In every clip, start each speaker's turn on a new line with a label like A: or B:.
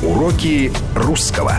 A: Уроки русского.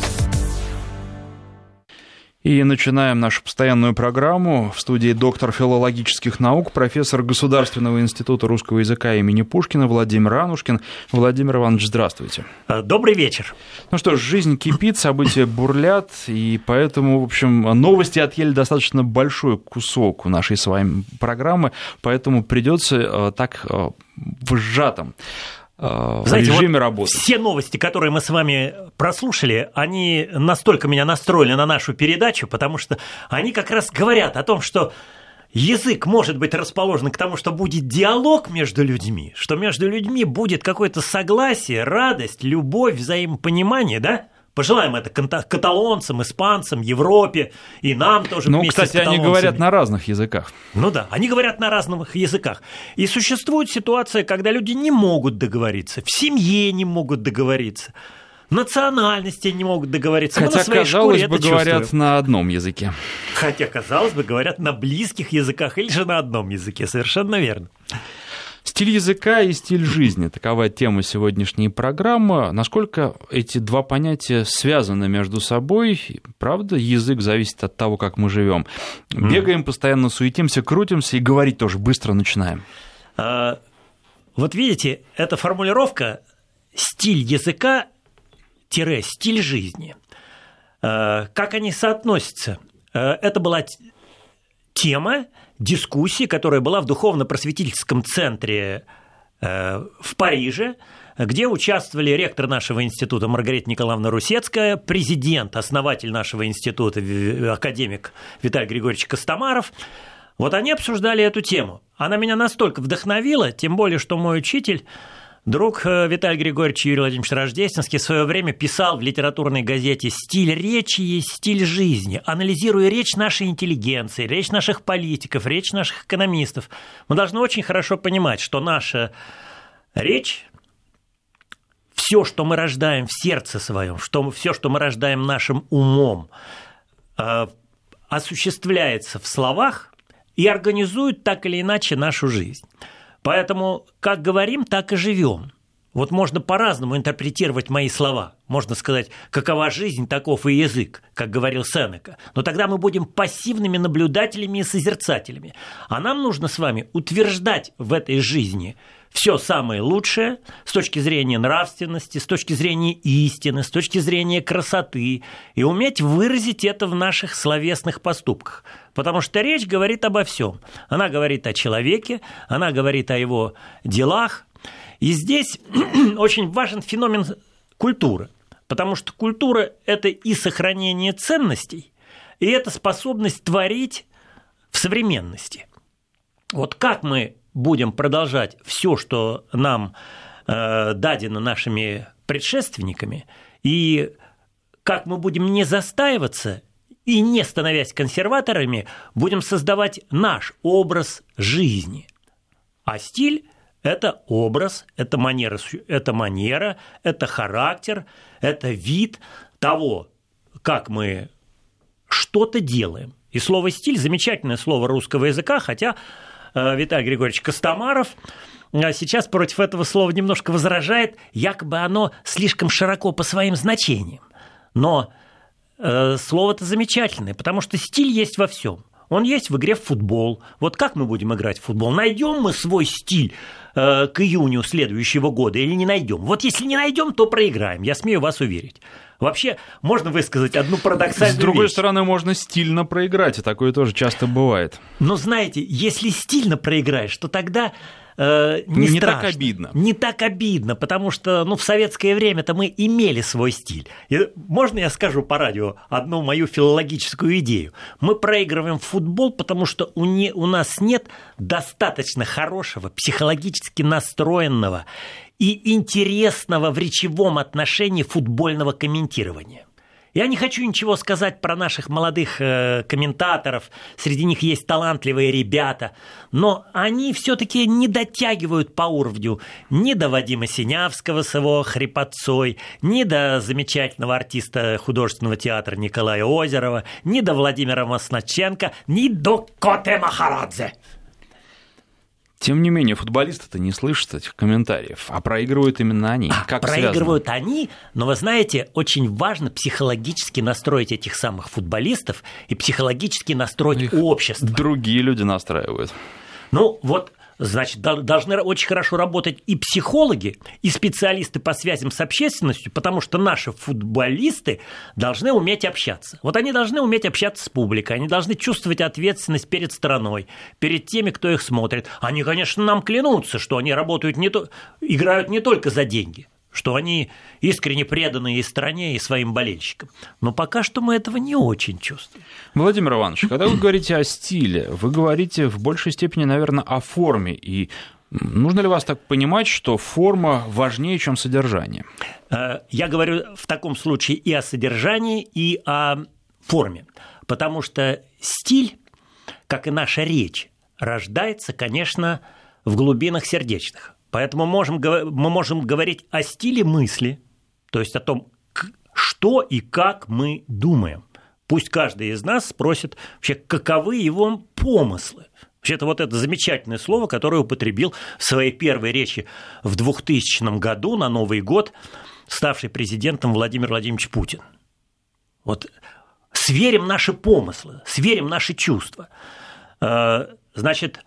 B: И начинаем нашу постоянную программу. В студии доктор филологических наук, профессор Государственного института русского языка имени Пушкина Владимир Анушкин. Владимир Иванович, здравствуйте.
C: Добрый вечер.
B: Ну что ж, жизнь кипит, события бурлят, и поэтому, в общем, новости отъели достаточно большой кусок у нашей с вами программы, поэтому придется так в сжатом режиме работы.
C: Все новости, которые мы с вами прослушали, они настолько меня настроили на нашу передачу, потому что они как раз говорят о том, что язык может быть расположен к тому, что будет диалог между людьми, что между людьми будет какое-то согласие, радость, любовь, взаимопонимание, да? Пожелаем это каталонцам, испанцам, Европе и нам тоже вместе с каталонцами.
B: Кстати, они говорят на разных языках.
C: Ну да, они говорят на разных языках. И существует ситуация, когда люди не могут договориться, в семье не могут договориться, национальности не могут договориться.
B: Хотя, казалось бы, говорят на одном языке.
C: Хотя, казалось бы, говорят на близких языках или же на одном языке. Совершенно верно.
B: Стиль языка и стиль жизни – такова тема сегодняшней программы. Насколько эти два понятия связаны между собой? Правда, язык зависит от того, как мы живем. Бегаем, постоянно суетимся, крутимся и говорить тоже быстро начинаем.
C: Вот видите, эта формулировка «стиль языка» – «стиль жизни». Как они соотносятся? Это была тема дискуссии, которая была в духовно-просветительском центре в Париже, где участвовали ректор нашего института Маргарита Николаевна Русецкая, президент, основатель нашего института, академик Виталий Григорьевич Костомаров. Вот они обсуждали эту тему. Она меня настолько вдохновила, тем более, что мой учитель, друг Виталий Григорьевич Юрий Владимирович Рождественский в свое время писал в литературной газете «Стиль речи есть стиль жизни». Анализируя речь нашей интеллигенции, речь наших политиков, речь наших экономистов, мы должны очень хорошо понимать, что наша речь, все, что мы рождаем в сердце своем, все, что мы рождаем нашим умом, осуществляется в словах и организует так или иначе нашу жизнь. Поэтому как говорим, так и живем. Вот можно по-разному интерпретировать мои слова. Можно сказать, какова жизнь, таков и язык, как говорил Сенека. Но тогда мы будем пассивными наблюдателями и созерцателями. А нам нужно с вами утверждать в этой жизни все самое лучшее с точки зрения нравственности, с точки зрения истины, с точки зрения красоты, и уметь выразить это в наших словесных поступках. Потому что речь говорит обо всем. Она говорит о человеке, она говорит о его делах. И здесь очень важен феномен культуры, потому что культура – это и сохранение ценностей, и это способность творить в современности. Вот как мы будем продолжать все, что нам дадено нашими предшественниками, и как мы будем не застаиваться и не становясь консерваторами, будем создавать наш образ жизни. А стиль – это образ, это манера, это характер, это вид того, как мы что-то делаем. И слово «стиль» – замечательное слово русского языка, хотя Виталий Григорьевич Костомаров сейчас против этого слова немножко возражает, якобы оно слишком широко по своим значениям. Но слово-то замечательное, потому что стиль есть во всем. Он есть в игре в футбол. Вот как мы будем играть в футбол? Найдем мы свой стиль к июню следующего года или не найдем? Вот если не найдем, то проиграем, я смею вас уверить. Вообще, можно высказать одну парадоксальную вещь.
B: С другой стороны, можно стильно проиграть, и такое тоже часто бывает.
C: Но знаете, если стильно проиграешь, то тогда не страшно.
B: Так обидно.
C: Не так обидно, потому что в советское время-то мы имели свой стиль. И можно я скажу по радио одну мою филологическую идею? Мы проигрываем в футбол, потому что у нас нет достаточно хорошего, психологически настроенного и интересного в речевом отношении футбольного комментирования. Я не хочу ничего сказать про наших молодых комментаторов, среди них есть талантливые ребята, но они все-таки не дотягивают по уровню ни до Вадима Синявского с его хрипотцой, ни до замечательного артиста художественного театра Николая Озерова, ни до Владимира Масначенко, ни до Коте Махарадзе.
B: Тем не менее, футболисты-то не слышат этих комментариев, а проигрывают именно они. Как
C: проигрывают они, но вы знаете, очень важно психологически настроить этих самых футболистов и психологически настроить
B: их
C: общество.
B: Другие люди настраивают.
C: Ну, вот, значит, должны очень хорошо работать и психологи, и специалисты по связям с общественностью, потому что наши футболисты должны уметь общаться. Вот они должны уметь общаться с публикой, они должны чувствовать ответственность перед страной, перед теми, кто их смотрит. Они, конечно, нам клянутся, что они работают играют не только за деньги, что они искренне преданы и стране, и своим болельщикам. Но пока что мы этого не очень чувствуем.
B: Владимир Иванович, когда вы говорите о стиле, вы говорите в большей степени, наверное, о форме. И нужно ли вас так понимать, что форма важнее, чем содержание?
C: Я говорю в таком случае и о содержании, и о форме. Потому что стиль, как и наша речь, рождается, конечно, в глубинах сердечных. Поэтому мы можем говорить о стиле мысли, то есть о том, что и как мы думаем. Пусть каждый из нас спросит вообще, каковы его помыслы. Вообще-то вот это замечательное слово, которое употребил в своей первой речи в 2000 году на Новый год ставший президентом Владимир Владимирович Путин. Вот сверим наши помыслы, сверим наши чувства. Значит,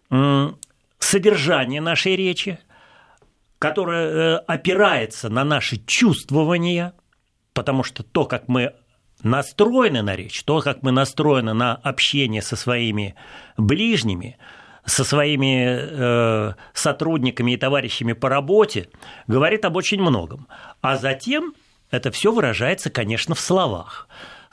C: содержание нашей речи, которое опирается на наши чувствования, потому что то, как мы настроены на речь, то, как мы настроены на общение со своими ближними, со своими сотрудниками и товарищами по работе, говорит об очень многом. А затем это все выражается, конечно, в словах.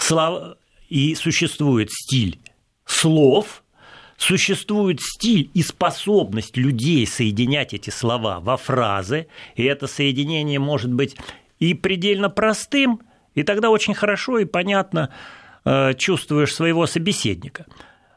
C: И существует стиль слов, существует стиль и способность людей соединять эти слова во фразы, и это соединение может быть и предельно простым, и тогда очень хорошо и понятно чувствуешь своего собеседника.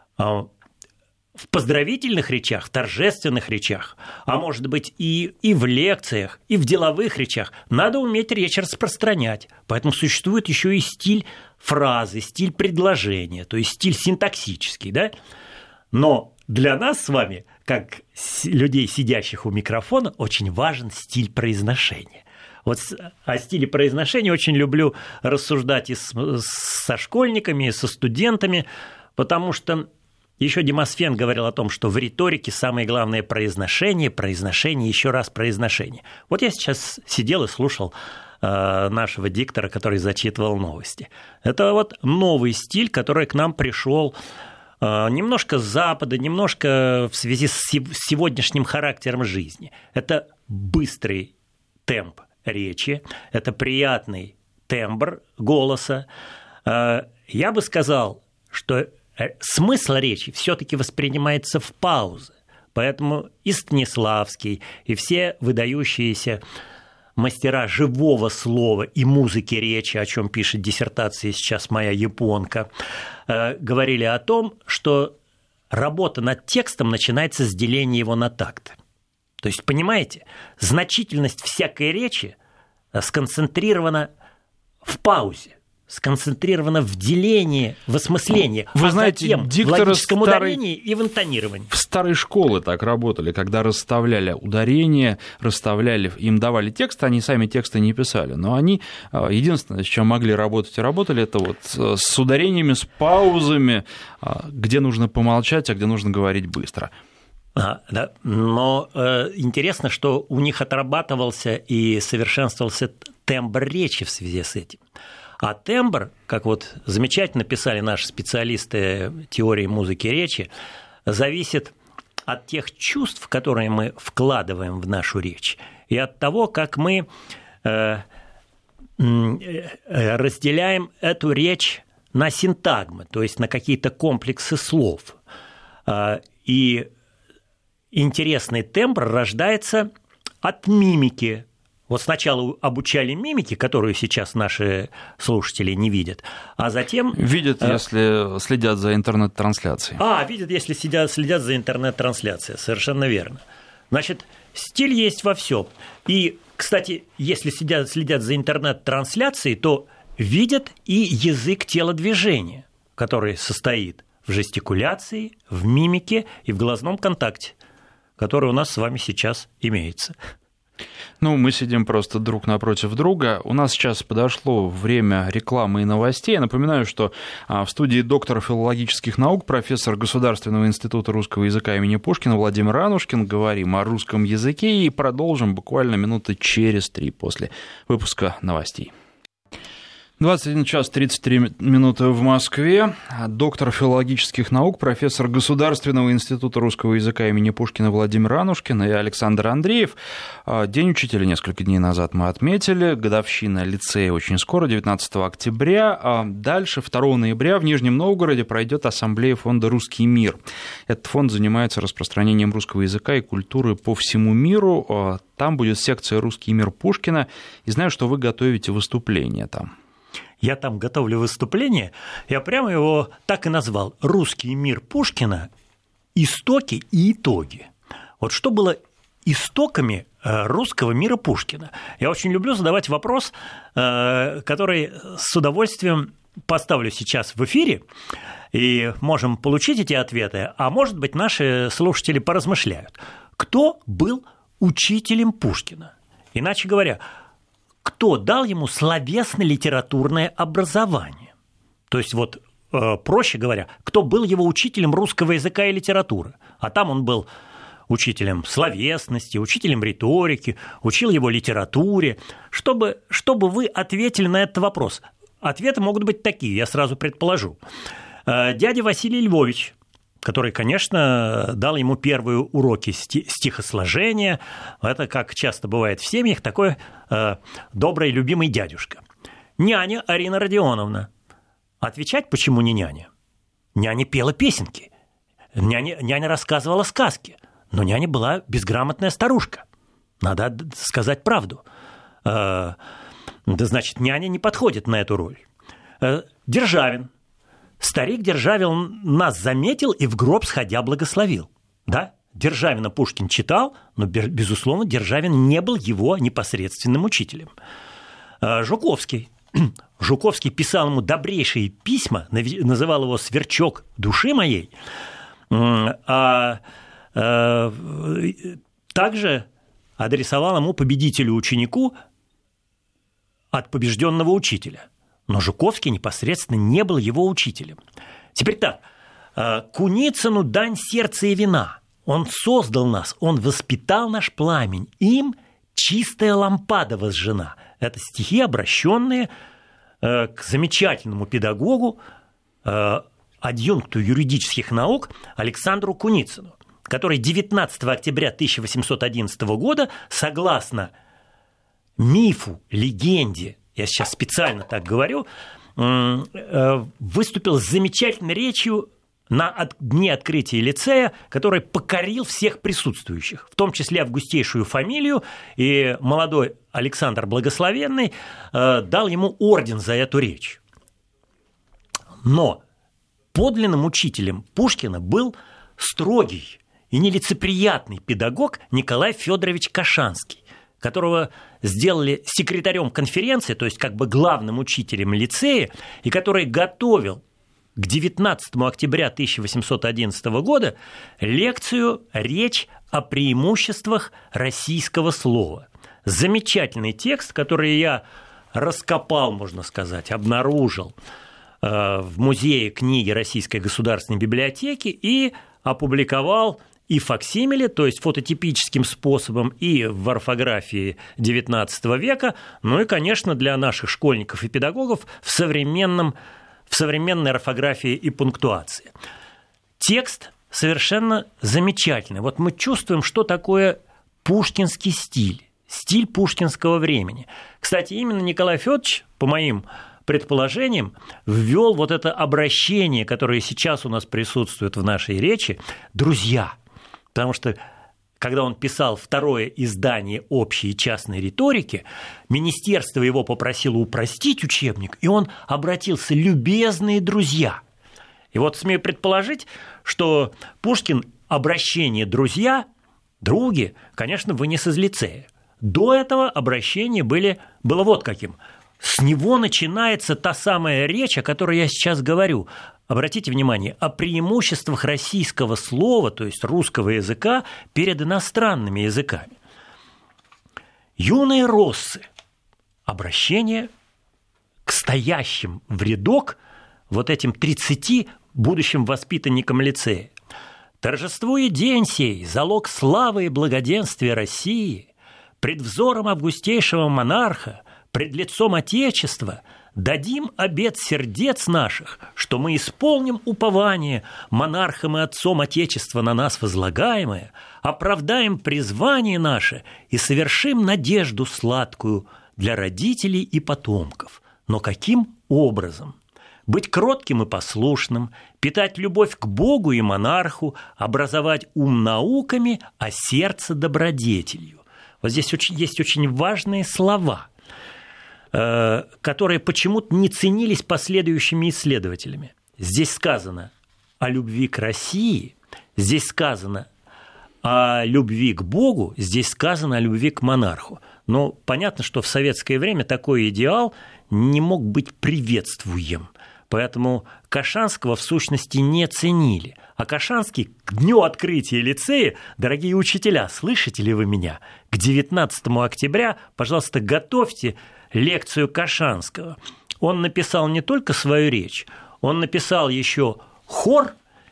C: В поздравительных речах, в торжественных речах, а может быть и в лекциях, и в деловых речах надо уметь речь распространять. Поэтому существует еще и стиль фразы, стиль предложения, то есть стиль синтаксический, да? Но для нас с вами, как людей, сидящих у микрофона, очень важен стиль произношения. Вот о стиле произношения очень люблю рассуждать и со школьниками, и со студентами, потому что еще Демосфен говорил о том, что в риторике самое главное произношение, произношение, еще раз произношение. Вот я сейчас сидел и слушал нашего диктора, который зачитывал новости. Это вот новый стиль, который к нам пришел немножко с Запада, немножко в связи с сегодняшним характером жизни. Это быстрый темп речи, это приятный тембр голоса. Я бы сказал, что смысл речи все-таки воспринимается в паузе. Поэтому и Станиславский, и все выдающиеся мастера живого слова и музыки речи, о чем пишет диссертация сейчас моя японка, говорили о том, что работа над текстом начинается с деления его на такты. То есть, понимаете, значительность всякой речи сконцентрирована в паузе, сконцентрирована в делении, в осмыслении,
B: вы знаете,
C: затем в логическом ударении и в интонировании.
B: В старой школе так работали, когда расставляли ударения, им давали текст, они сами тексты не писали, но они единственное, с чем могли работать и работали, это вот с ударениями, с паузами, где нужно помолчать, а где нужно говорить быстро.
C: Да. Но интересно, что у них отрабатывался и совершенствовался тембр речи в связи с этим. А тембр, как вот замечательно писали наши специалисты теории музыки речи, зависит от тех чувств, которые мы вкладываем в нашу речь, и от того, как мы разделяем эту речь на синтагмы, то есть на какие-то комплексы слов. И интересный тембр рождается от мимики. Вот сначала обучали мимики, которую сейчас наши слушатели не видят, а затем...
B: Видят, если следят за интернет-трансляцией.
C: Видят, если следят за интернет-трансляцией, совершенно верно. Значит, стиль есть во всем. И, кстати, если следят за интернет-трансляцией, то видят и язык телодвижения, который состоит в жестикуляции, в мимике и в глазном контакте. который у нас с вами сейчас имеется.
B: Мы сидим просто друг напротив друга. У нас сейчас подошло время рекламы и новостей. Я напоминаю, что в студии доктор филологических наук, профессор Государственного института русского языка имени Пушкина Владимир Анушкин. Говорим о русском языке и продолжим буквально минуты через 3 после выпуска новостей. 21 час 33 минуты в Москве. Доктор филологических наук, профессор Государственного института русского языка имени Пушкина Владимир Анушкин и Александр Андреев. День учителя несколько дней назад мы отметили. Годовщина лицея очень скоро, 19 октября. Дальше, 2 ноября, в Нижнем Новгороде пройдет ассамблея фонда «Русский мир». Этот фонд занимается распространением русского языка и культуры по всему миру. Там будет секция «Русский мир» Пушкина. И знаю, что вы готовите выступление там.
C: Я там готовлю выступление, я прямо его так и назвал «Русский мир Пушкина. Истоки и итоги». Вот что было истоками русского мира Пушкина? Я очень люблю задавать вопрос, который с удовольствием поставлю сейчас в эфире, и можем получить эти ответы, а может быть, наши слушатели поразмышляют. Кто был учителем Пушкина? Иначе говоря, кто дал ему словесно-литературное образование? То есть, вот, проще говоря, кто был его учителем русского языка и литературы? А там он был учителем словесности, учителем риторики, учил его литературе. Чтобы вы ответили на этот вопрос. Ответы могут быть такие, я сразу предположу. Дядя Василий Львович, который, конечно, дал ему первые уроки стихосложения. Это, как часто бывает в семьях, такой добрый, любимый дядюшка. Няня Арина Родионовна. Отвечать, почему не няня? Няня пела песенки. Няня рассказывала сказки. Но няня была безграмотная старушка. Надо сказать правду. Значит, няня не подходит на эту роль. Державин. Старик Державин нас заметил и в гроб сходя благословил. Да, Державина Пушкин читал, но, безусловно, Державин не был его непосредственным учителем. Жуковский. Жуковский писал ему добрейшие письма, называл его «Сверчок души моей», также адресовал ему победителю-ученику от побежденного учителя. Но Жуковский непосредственно не был его учителем. Теперь так, Куницыну дань сердца и вина. Он создал нас, он воспитал наш пламень. Им чистая лампада возжжена. Это стихи, обращенные к замечательному педагогу, адъюнкту юридических наук Александру Куницыну, который 19 октября 1811 года, согласно мифу, легенде, я сейчас специально так говорю, выступил с замечательной речью на дне открытия лицея, который покорил всех присутствующих, в том числе августейшую фамилию, и молодой Александр Благословенный дал ему орден за эту речь. Но подлинным учителем Пушкина был строгий и нелицеприятный педагог Николай Федорович Кашанский, которого сделали секретарем конференции, то есть как бы главным учителем лицея, и который готовил к 19 октября 1811 года лекцию «Речь о преимуществах российского слова». Замечательный текст, который я раскопал, можно сказать, обнаружил в музее книги Российской государственной библиотеки и опубликовал и факсимиле, то есть фототипическим способом, и в орфографии XIX века, ну и, конечно, для наших школьников и педагогов в современной орфографии и пунктуации. Текст совершенно замечательный. Вот мы чувствуем, что такое пушкинский стиль пушкинского времени. Кстати, именно Николай Федорович, по моим предположением, ввел вот это обращение, которое сейчас у нас присутствует в нашей речи, «друзья». Потому что, когда он писал второе издание общей и частной риторики, министерство его попросило упростить учебник, и он обратился: «любезные друзья». И вот смею предположить, что Пушкин обращение «друзья», «други», конечно, вынес из лицея. До этого обращение было вот каким. С него начинается та самая речь, о которой я сейчас говорю, обратите внимание, о преимуществах российского слова, то есть русского языка, перед иностранными языками. Юные россы. Обращение к стоящим в рядок вот этим 30 будущим воспитанникам лицея. Торжествует день сей, залог славы и благоденствия России, пред взором августейшего монарха, пред лицом Отечества, дадим обет сердец наших, что мы исполним упование монархом и отцом Отечества на нас возлагаемое, оправдаем призвание наше и совершим надежду сладкую для родителей и потомков. Но каким образом? Быть кротким и послушным, питать любовь к Богу и монарху, образовать ум науками, а сердце добродетелью. Вот здесь есть очень важные слова, которые почему-то не ценились последующими исследователями. Здесь сказано о любви к России, здесь сказано о любви к Богу, здесь сказано о любви к монарху. Но понятно, что в советское время такой идеал не мог быть приветствуем. Поэтому Кашанского в сущности не ценили. А Кашанский к дню открытия лицея, дорогие учителя, слышите ли вы меня, к 19 октября, пожалуйста, готовьте лекцию Кашанского. Он написал не только свою речь, он написал еще хор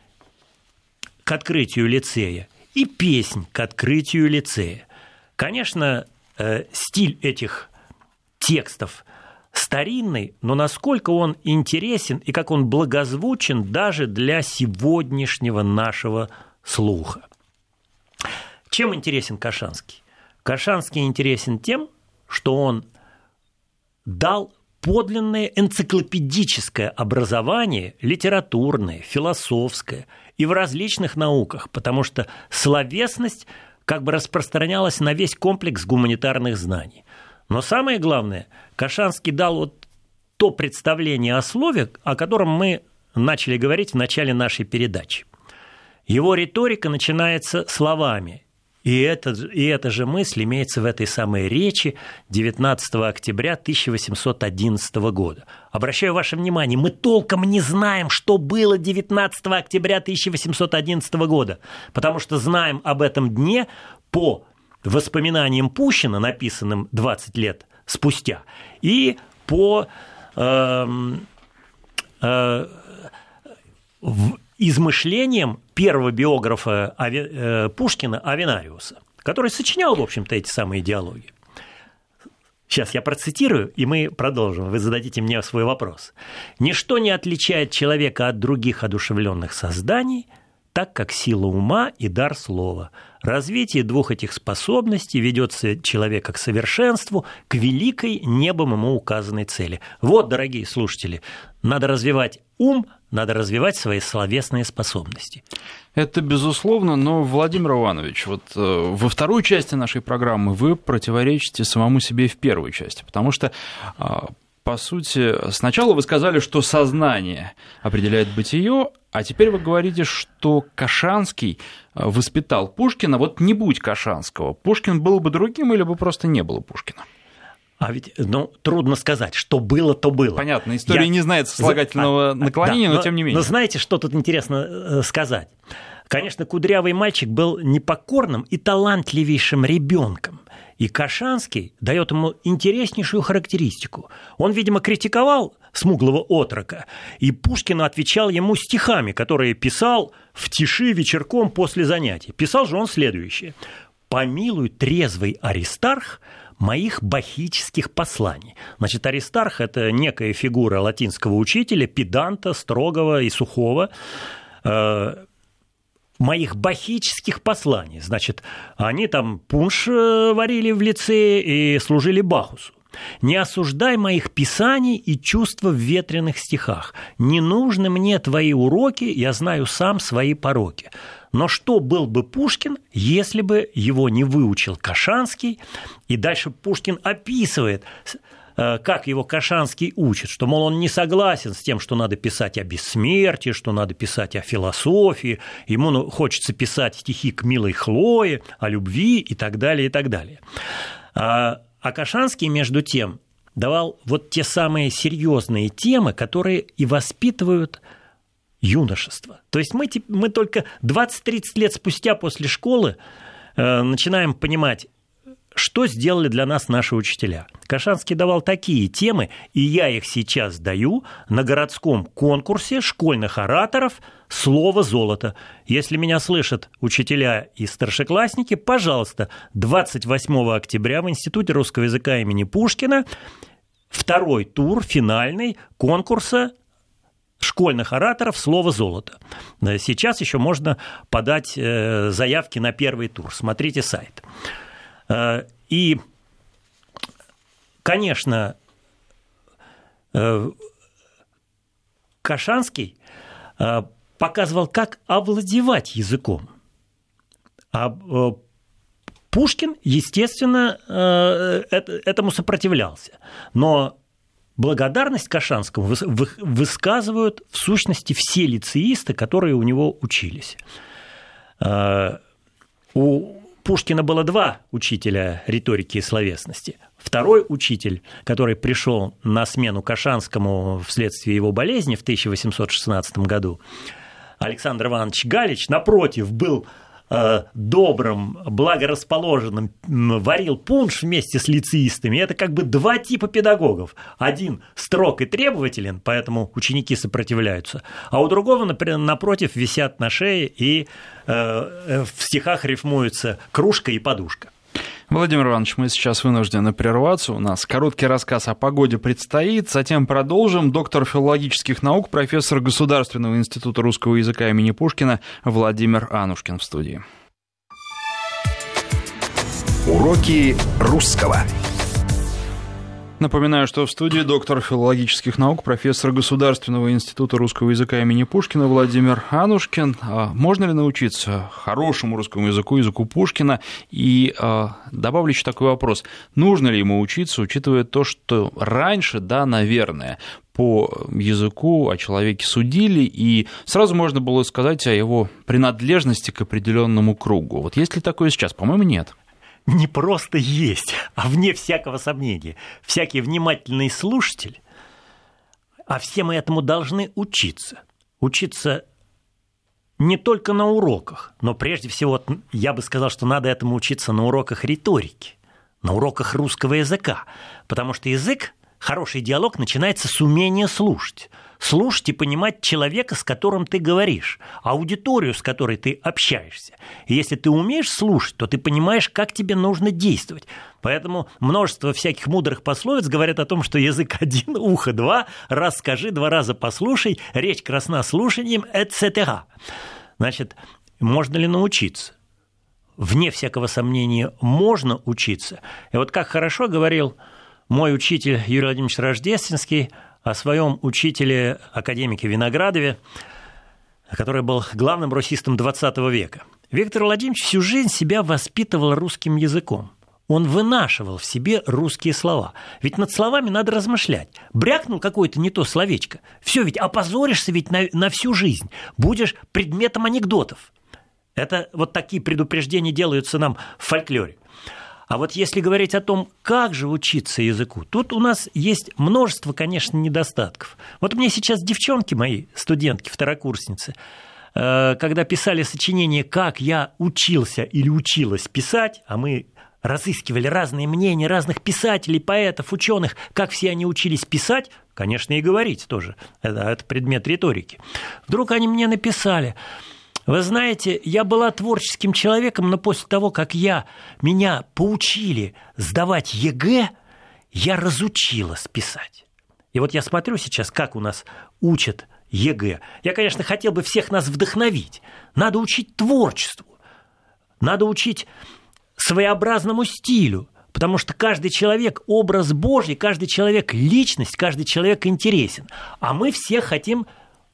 C: к открытию лицея и песнь к открытию лицея. Конечно, стиль этих текстов старинный, но насколько он интересен и как он благозвучен даже для сегодняшнего нашего слуха. Чем интересен Кашанский? Кашанский интересен тем, что он дал подлинное энциклопедическое образование, литературное, философское и в различных науках, потому что словесность как бы распространялась на весь комплекс гуманитарных знаний. Но самое главное, Кашанский дал вот то представление о слове, о котором мы начали говорить в начале нашей передачи. Его риторика начинается словами, и эта же мысль имеется в этой самой речи 19 октября 1811 года. Обращаю ваше внимание, мы толком не знаем, что было 19 октября 1811 года, потому что знаем об этом дне по воспоминаниям Пущина, написанным 20 лет спустя, и по измышлениям первого биографа Пушкина Авенариуса, который сочинял, в общем-то, эти самые диалоги. Сейчас я процитирую, и мы продолжим. Вы зададите мне свой вопрос. «Ничто не отличает человека от других одушевленных созданий, так как сила ума и дар слова. Развитие двух этих способностей ведется человека к совершенству, к великой небом ему указанной цели». Вот, дорогие слушатели, надо развивать ум, надо развивать свои словесные способности.
B: Это безусловно, но, Владимир Иванович, вот во второй части нашей программы вы противоречите самому себе в первой части, потому что, по сути, сначала вы сказали, что сознание определяет бытие, а теперь вы говорите, что Кашанский воспитал Пушкина. Вот не будь Кашанского, Пушкин был бы другим или бы просто не было Пушкина?
C: А ведь, трудно сказать, что было, то было.
B: Понятно, история не знает сослагательного наклонения, но тем не менее.
C: Но знаете, что тут интересно сказать? Конечно, кудрявый мальчик был непокорным и талантливейшим ребенком. И Кашанский дает ему интереснейшую характеристику. Он, видимо, критиковал смуглого отрока, и Пушкин отвечал ему стихами, которые писал в тиши вечерком после занятий. Писал же он следующее: «Помилуй, трезвый Аристарх, моих бахических посланий». Значит, Аристарх – это некая фигура латинского учителя, педанта, строгого и сухого, моих бахических посланий. Значит, они там пунш варили в лицее и служили Бахусу. «Не осуждай моих писаний и чувства в ветреных стихах. Не нужны мне твои уроки, я знаю сам свои пороки». Но что был бы Пушкин, если бы его не выучил Кашанский? И дальше Пушкин описывает, как его Кашанский учит, что, мол, он не согласен с тем, что надо писать о бессмертии, что надо писать о философии, ему хочется писать стихи к милой Хлое, о любви и так далее, и так далее. А Кашанский, между тем, давал вот те самые серьезные темы, которые и воспитывают юношества. То есть мы только 20-30 лет спустя после школы начинаем понимать, что сделали для нас наши учителя. Кашанский давал такие темы, и я их сейчас даю на городском конкурсе школьных ораторов «Слово золото». Если меня слышат учителя и старшеклассники, пожалуйста, 28 октября в Институте русского языка имени Пушкина второй тур финальный конкурса школьных ораторов «Слово золото». Сейчас еще можно подать заявки на первый тур. Смотрите сайт. И, конечно, Кашанский показывал, как овладевать языком. А Пушкин, естественно, этому сопротивлялся. Но благодарность Кашанскому высказывают в сущности все лицеисты, которые у него учились. У Пушкина было два учителя риторики и словесности. Второй учитель, который пришел на смену Кашанскому вследствие его болезни в 1816 году, Александр Иванович Галич, напротив, был добрым, благорасположенным, варил пунш вместе с лицеистами. Это как бы два типа педагогов. Один строг и требователен, поэтому ученики сопротивляются, а у другого, например, напротив, висят на шее и в стихах рифмуются кружка и подушка.
B: Владимир Иванович, мы сейчас вынуждены прерваться. У нас короткий рассказ о погоде предстоит. Затем продолжим. Доктор филологических наук, профессор Государственного института русского языка имени Пушкина Владимир Анушкин в студии.
A: Уроки русского.
B: Напоминаю, что в студии доктор филологических наук, профессор Государственного института русского языка имени Пушкина Владимир Анушкин. Можно ли научиться хорошему русскому языку, языку Пушкина? И добавлю еще такой вопрос. Нужно ли ему учиться, учитывая то, что раньше, да, наверное, по языку о человеке судили, и сразу можно было сказать о его принадлежности к определенному кругу. Вот есть ли такое сейчас? По-моему, нет.
C: Не просто есть, а вне всякого сомнения. Всякий внимательный слушатель, а все мы этому должны учиться. Учиться не только на уроках, но прежде всего, я бы сказал, что надо этому учиться на уроках риторики, на уроках русского языка. Потому что язык, хороший диалог начинается с умения слушать. Слушать и понимать человека, с которым ты говоришь, аудиторию, с которой ты общаешься. И если ты умеешь слушать, то ты понимаешь, как тебе нужно действовать. Поэтому множество всяких мудрых пословиц говорят о том, что язык один, ухо два, раз скажи, два раза послушай, речь красна слушанием, etc. Значит, можно ли научиться? Вне всякого сомнения, можно учиться. И вот как хорошо говорил мой учитель Юрий Владимирович Рождественский о своем учителе, академике Виноградове, который был главным русистом XX века. Виктор Владимирович всю жизнь себя воспитывал русским языком. Он вынашивал в себе русские слова. Ведь над словами надо размышлять. Брякнул какое-то не то словечко. Все, ведь опозоришься ведь на всю жизнь. Будешь предметом анекдотов. Это вот такие предупреждения делаются нам в фольклоре. А вот если говорить о том, как же учиться языку, тут у нас есть множество, конечно, недостатков. Вот мне сейчас девчонки мои, студентки, второкурсницы, когда писали сочинение «Как я учился или училась писать», а мы разыскивали разные мнения разных писателей, поэтов, ученых, как все они учились писать, конечно, и говорить тоже. Это предмет риторики. Вдруг они мне написали: вы знаете, я была творческим человеком, но после того, как меня поучили сдавать ЕГЭ, я разучилась писать. И вот я смотрю сейчас, как у нас учат ЕГЭ. Я, конечно, хотел бы всех нас вдохновить. Надо учить творчеству, надо учить своеобразному стилю, потому что каждый человек – образ Божий, каждый человек – личность, каждый человек интересен. А мы все хотим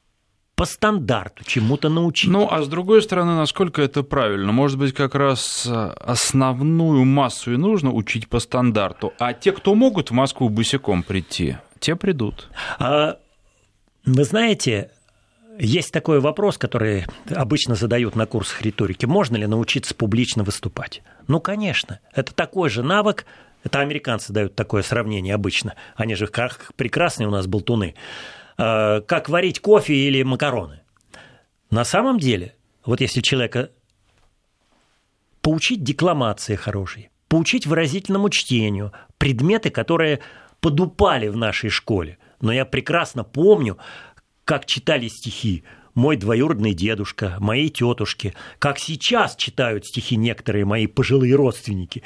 C: по стандарту чему-то научить.
B: Ну, а с другой стороны, насколько это правильно? Может быть, как раз основную массу и нужно учить по стандарту, а те, кто могут в Москву босиком прийти, те придут.
C: Вы знаете, есть такой вопрос, который обычно задают на курсах риторики. Можно ли научиться публично выступать? Ну, конечно. Это такой же навык. Это американцы дают такое сравнение обычно. Они же как прекрасные у нас болтуны. Как варить кофе или макароны. На самом деле, вот если человека поучить декламации хорошей, поучить выразительному чтению, предметы, которые подупали в нашей школе. Но я прекрасно помню, как читали стихи мой двоюродный дедушка, мои тетушки, как сейчас читают стихи некоторые мои пожилые родственники.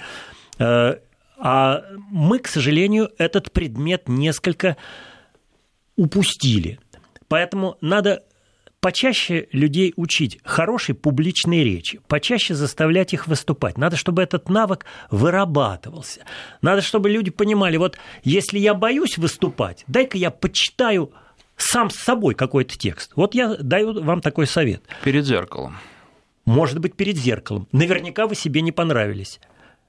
C: А мы, к сожалению, этот предмет несколько упустили. Поэтому надо почаще людей учить хорошей публичной речи, почаще заставлять их выступать. Надо, чтобы этот навык вырабатывался. Надо, чтобы люди понимали, вот если я боюсь выступать, дай-ка я почитаю сам с собой какой-то текст. Вот я даю вам такой совет.
B: Перед зеркалом.
C: Может быть, перед зеркалом. Наверняка вы себе не понравились.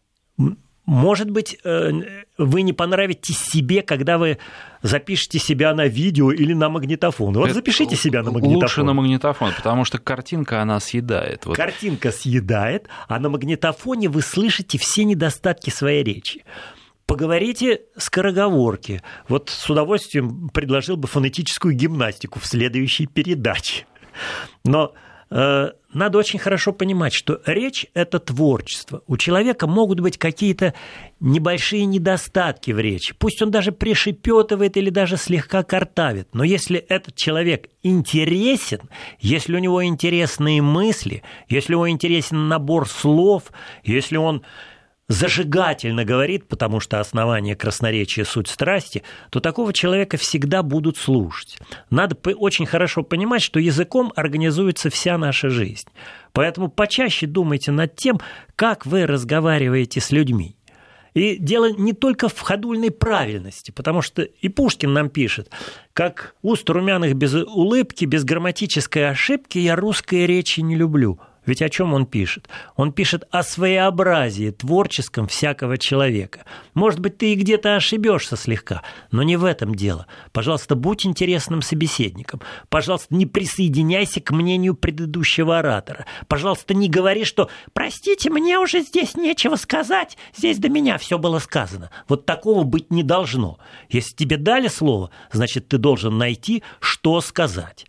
C: Может быть, вы не понравитесь себе, когда вы запишете себя на видео или на магнитофон. Вот запишите себя на магнитофон.
B: Лучше на магнитофон, потому что картинка, она съедает. Вот.
C: Картинка съедает, а на магнитофоне вы слышите все недостатки своей речи. Поговорите скороговорки. Вот с удовольствием предложил бы фонетическую гимнастику в следующей передаче. Но надо очень хорошо понимать, что речь – это творчество. У человека могут быть какие-то небольшие недостатки в речи. Пусть он даже пришепетывает или даже слегка картавит. Но если этот человек интересен, если у него интересные мысли, если у него интересен набор слов, если он зажигательно говорит, потому что основание красноречия – суть страсти, то такого человека всегда будут слушать. Надо очень хорошо понимать, что языком организуется вся наша жизнь. Поэтому почаще думайте над тем, как вы разговариваете с людьми. И дело не только в ходульной правильности, потому что и Пушкин нам пишет, как уст румяных без улыбки, без грамматической ошибки я русской речи не люблю. Ведь о чем он пишет? Он пишет о своеобразии творческом всякого человека. Может быть, ты и где-то ошибешься слегка, но не в этом дело. Пожалуйста, будь интересным собеседником. Пожалуйста, не присоединяйся к мнению предыдущего оратора. Пожалуйста, не говори, что «простите, мне уже здесь нечего сказать, здесь до меня все было сказано». Вот такого быть не должно. Если тебе дали слово, значит, ты должен найти, что сказать.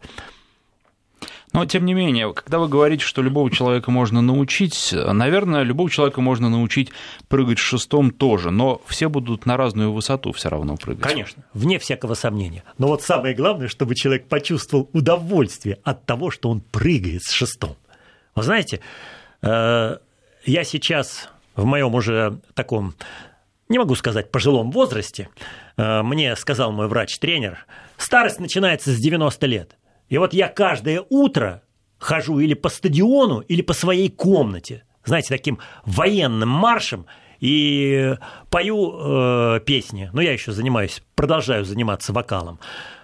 B: Но, тем не менее, когда вы говорите, что любого человека можно научить, наверное, любого человека можно научить прыгать шестом тоже, но все будут на разную высоту все равно прыгать.
C: Конечно, вне всякого сомнения. Но вот самое главное, чтобы человек почувствовал удовольствие от того, что он прыгает с шестом. Вы знаете, я сейчас в моем уже таком, не могу сказать, пожилом возрасте, мне сказал мой врач-тренер, старость начинается с 90 лет. И вот я каждое утро хожу или по стадиону, или по своей комнате, знаете, таким военным маршем, и пою песни. Но я еще продолжаю заниматься вокалом.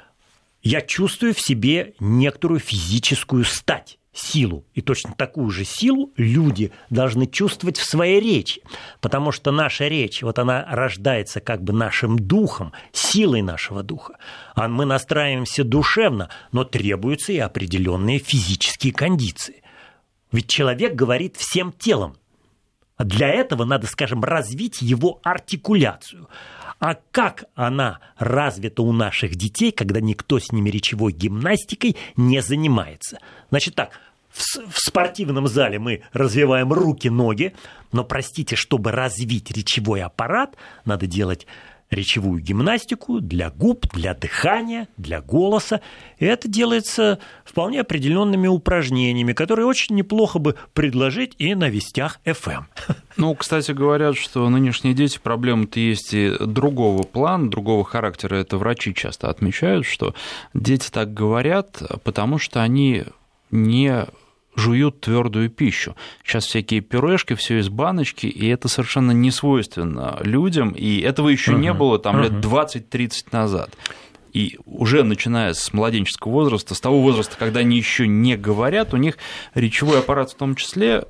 C: Я чувствую в себе некоторую физическую стать, силу. И точно такую же силу люди должны чувствовать в своей речи. Потому что наша речь, вот она рождается как бы нашим духом, силой нашего духа. А мы настраиваемся душевно, но требуются и определенные физические кондиции. Ведь человек говорит всем телом. А для этого надо, скажем, развить его артикуляцию. А как она развита у наших детей, когда никто с ними речевой гимнастикой не занимается? Значит так, в спортивном зале мы развиваем руки, ноги, но, простите, чтобы развить речевой аппарат, надо делать речевую гимнастику для губ, для дыхания, для голоса. И это делается вполне определенными упражнениями, которые очень неплохо бы предложить и на Вестях ФМ.
B: Ну, кстати, говорят, что нынешние дети, проблемы-то есть и другого плана, другого характера. Это врачи часто отмечают, что дети так говорят, потому что они не жуют твердую пищу. Сейчас всякие пюрешки, все из баночки, и это совершенно не свойственно людям, и этого еще не было там лет 20-30 назад. И уже начиная с младенческого возраста, с того возраста, когда они еще не говорят, у них речевой аппарат в том числе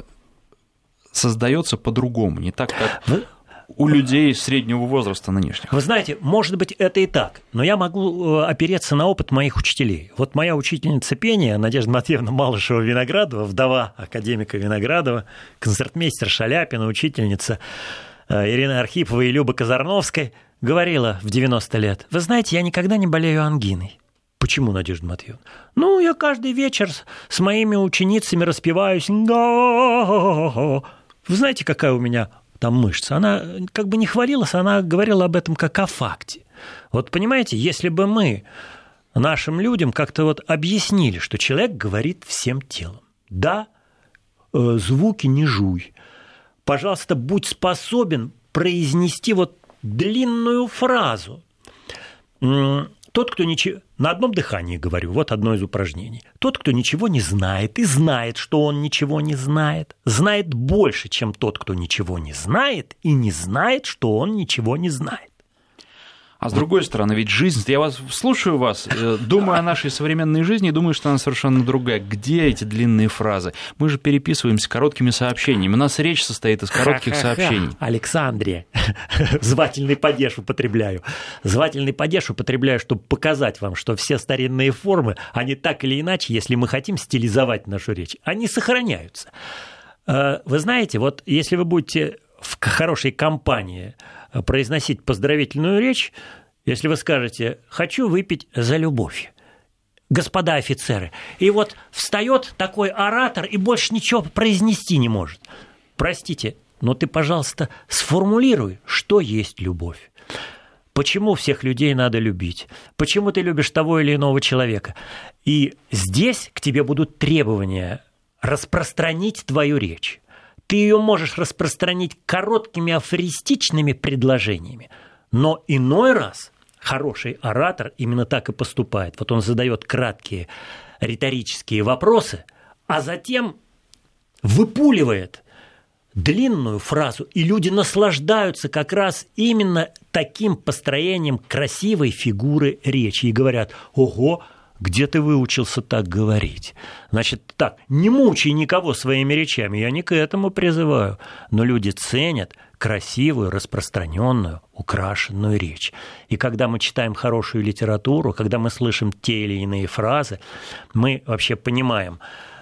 B: создается по-другому, не так, как у людей среднего возраста нынешних.
C: Вы знаете, может быть, это и так, но я могу опереться на опыт моих учителей. Вот моя учительница пения, Надежда Матвеевна Малышева-Виноградова, вдова академика Виноградова, концертмейстер Шаляпина, учительница Ирины Архиповой и Любы Казарновской, говорила в 90 лет: вы знаете, я никогда не болею ангиной. Почему, Надежда Матвеевна? Ну, я каждый вечер с моими ученицами распеваюсь. Вы знаете, какая у меня там мышца? Она как бы не хвалилась, она говорила об этом как о факте. Вот понимаете, если бы мы нашим людям как-то вот объяснили, что человек говорит всем телом. Да, звуки не жуй. Пожалуйста, будь способен произнести вот длинную фразу. Тот, кто ничего... На одном дыхании говорю, вот одно из упражнений. Тот, кто ничего не знает и знает, что он ничего не знает, знает больше, чем тот, кто ничего не знает и не знает, что он ничего не знает.
B: А с другой стороны, ведь жизнь, я вас слушаю вас, думаю о нашей современной жизни и думаю, что она совершенно другая. Где эти длинные фразы? Мы же переписываемся короткими сообщениями. У нас речь состоит из коротких сообщений.
C: Александрия, звательный падеж употребляю. Звательный падеж употребляю, чтобы показать вам, что все старинные формы, они так или иначе, если мы хотим стилизовать нашу речь, они сохраняются. Вы знаете, вот если вы будете в хорошей компании произносить поздравительную речь, если вы скажете «хочу выпить за любовь», господа офицеры, и вот встает такой оратор и больше ничего произнести не может. Простите, но ты, пожалуйста, сформулируй, что есть любовь. Почему всех людей надо любить? Почему ты любишь того или иного человека? И здесь к тебе будут требования распространить твою речь. Ты ее можешь распространить короткими афористичными предложениями, но иной раз хороший оратор именно так и поступает. Вот он задает краткие риторические вопросы, а затем выпуливает длинную фразу, и люди наслаждаются как раз именно таким построением красивой фигуры речи и говорят: «Ого, где ты выучился так говорить?» Значит, так, не мучай никого своими речами, я не к этому призываю, но люди ценят красивую, распространенную, украшенную речь. И когда мы читаем хорошую литературу, когда мы слышим те или иные фразы, мы вообще понимаем,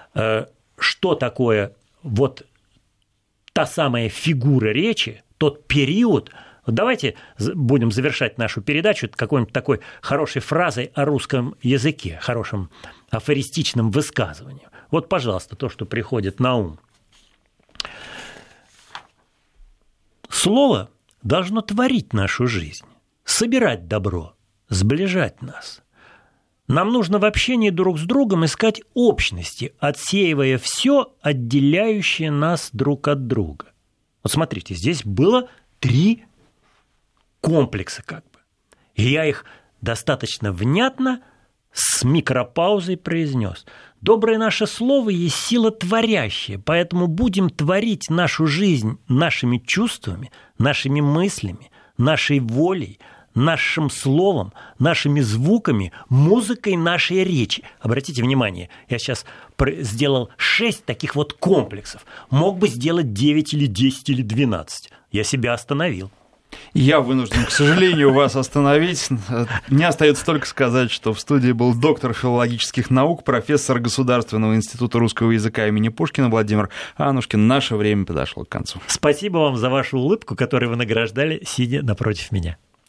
C: что такое вот та самая фигура речи, тот период. Давайте будем завершать нашу передачу какой-нибудь такой хорошей фразой о русском языке, хорошим афористичным высказыванием. Вот, пожалуйста, то, что приходит на ум. Слово должно творить нашу жизнь, собирать добро, сближать нас. Нам нужно в общении друг с другом искать общности, отсеивая все, отделяющее нас друг от друга. Вот смотрите, здесь было 3 комплекса как бы. И я их достаточно внятно с микропаузой произнес. Доброе наше слово есть сила творящая, поэтому будем творить нашу жизнь нашими чувствами, нашими мыслями, нашей волей, нашим словом, нашими звуками, музыкой нашей речи. Обратите внимание, я сейчас сделал 6 таких вот комплексов. Мог бы сделать 9 или 10 или 12. Я себя остановил.
B: Я вынужден, к сожалению, вас остановить. Мне остается только сказать, что в студии был доктор филологических наук, профессор Государственного института русского языка имени Пушкина Владимир Анушкин. Наше время подошло к концу.
C: Спасибо вам за вашу улыбку, которую вы награждали, сидя напротив меня.